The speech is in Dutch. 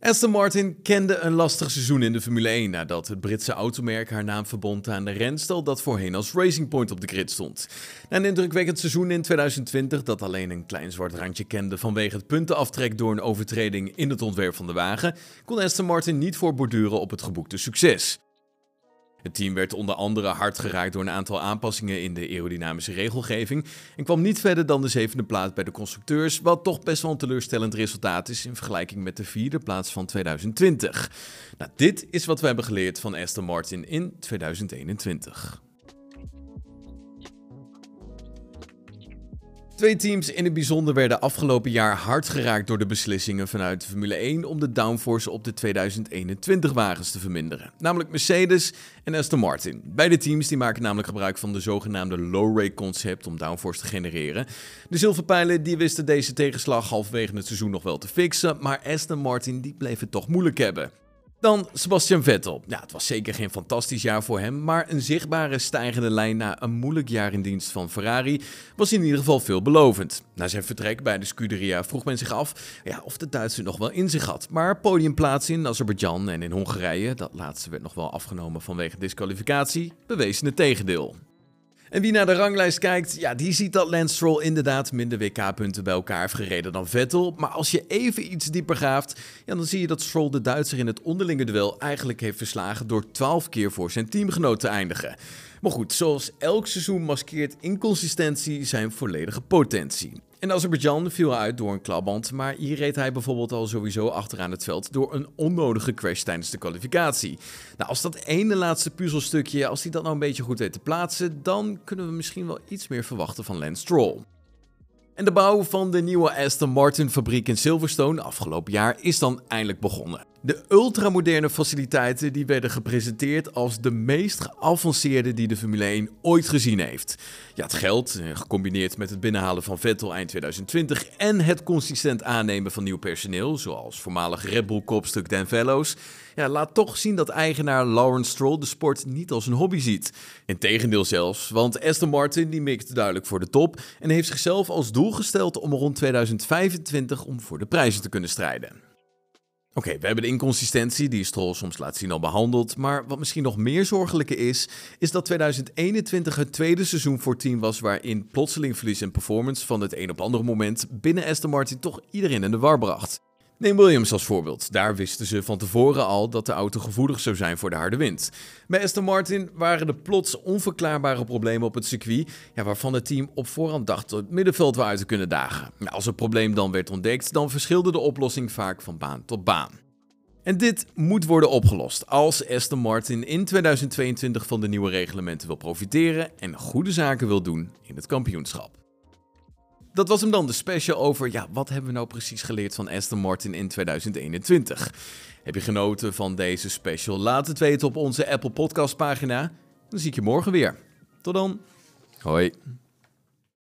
Aston Martin kende een lastig seizoen in de Formule 1 nadat het Britse automerk haar naam verbond aan de renstal dat voorheen als Racing Point op de grid stond. Na een indrukwekkend seizoen in 2020 dat alleen een klein zwart randje kende vanwege het puntenaftrek door een overtreding in het ontwerp van de wagen, kon Aston Martin niet voorborduren op het geboekte succes. Het team werd onder andere hard geraakt door een aantal aanpassingen in de aerodynamische regelgeving en kwam niet verder dan de 7e plaats bij de constructeurs, wat toch best wel een teleurstellend resultaat is in vergelijking met de 4e plaats van 2020. Nou, dit is wat we hebben geleerd van Aston Martin in 2021. Twee teams in het bijzonder werden afgelopen jaar hard geraakt door de beslissingen vanuit de Formule 1 om de downforce op de 2021 wagens te verminderen. Namelijk Mercedes en Aston Martin. Beide teams die maken namelijk gebruik van de zogenaamde low rake concept om downforce te genereren. De zilverpijlen die wisten deze tegenslag halverwege het seizoen nog wel te fixen, maar Aston Martin die bleef het toch moeilijk hebben. Dan Sebastian Vettel. Ja, het was zeker geen fantastisch jaar voor hem, maar een zichtbare stijgende lijn na een moeilijk jaar in dienst van Ferrari was in ieder geval veelbelovend. Na zijn vertrek bij de Scuderia vroeg men zich af of de Duitser nog wel in zich had. Maar podiumplaatsen in Azerbeidzjan en in Hongarije, dat laatste werd nog wel afgenomen vanwege disqualificatie, bewezen het tegendeel. En wie naar de ranglijst kijkt, die ziet dat Lance Stroll inderdaad minder WK-punten bij elkaar heeft gereden dan Vettel. Maar als je even iets dieper graaft, dan zie je dat Stroll de Duitser in het onderlinge duel eigenlijk heeft verslagen door 12 keer voor zijn teamgenoot te eindigen. Maar goed, zoals elk seizoen maskeert inconsistentie zijn volledige potentie. En Azerbeidzjan viel uit door een klapband, maar hier reed hij bijvoorbeeld al sowieso achteraan het veld door een onnodige crash tijdens de kwalificatie. Nou, als dat ene laatste puzzelstukje, als hij dat nou een beetje goed weet te plaatsen, dan kunnen we misschien wel iets meer verwachten van Lance Stroll. En de bouw van de nieuwe Aston Martin fabriek in Silverstone afgelopen jaar is dan eindelijk begonnen. De ultramoderne faciliteiten die werden gepresenteerd als de meest geavanceerde die de Formule 1 ooit gezien heeft. Ja, het geld, gecombineerd met het binnenhalen van Vettel eind 2020 en het consistent aannemen van nieuw personeel, zoals voormalig Red Bull-kopstuk Dan Vellows, laat toch zien dat eigenaar Lawrence Stroll de sport niet als een hobby ziet. Integendeel zelfs, want Aston Martin die mikt duidelijk voor de top en heeft zichzelf als doel gesteld om rond 2025 om voor de prijzen te kunnen strijden. Oké, we hebben de inconsistentie die Stroll soms laat zien al behandeld, maar wat misschien nog meer zorgelijker is dat 2021 het tweede seizoen voor het team was waarin plotseling verlies in performance van het een op andere moment binnen Aston Martin toch iedereen in de war bracht. Neem Williams als voorbeeld. Daar wisten ze van tevoren al dat de auto gevoelig zou zijn voor de harde wind. Bij Aston Martin waren er plots onverklaarbare problemen op het circuit, waarvan het team op voorhand dacht het middenveld wel uit te kunnen dagen. Als het probleem dan werd ontdekt, dan verschilde de oplossing vaak van baan tot baan. En dit moet worden opgelost als Aston Martin in 2022 van de nieuwe reglementen wil profiteren en goede zaken wil doen in het kampioenschap. Dat was hem dan, de special over wat hebben we nou precies geleerd van Aston Martin in 2021. Heb je genoten van deze special? Laat het weten op onze Apple Podcast pagina. Dan zie ik je morgen weer. Tot dan. Hoi.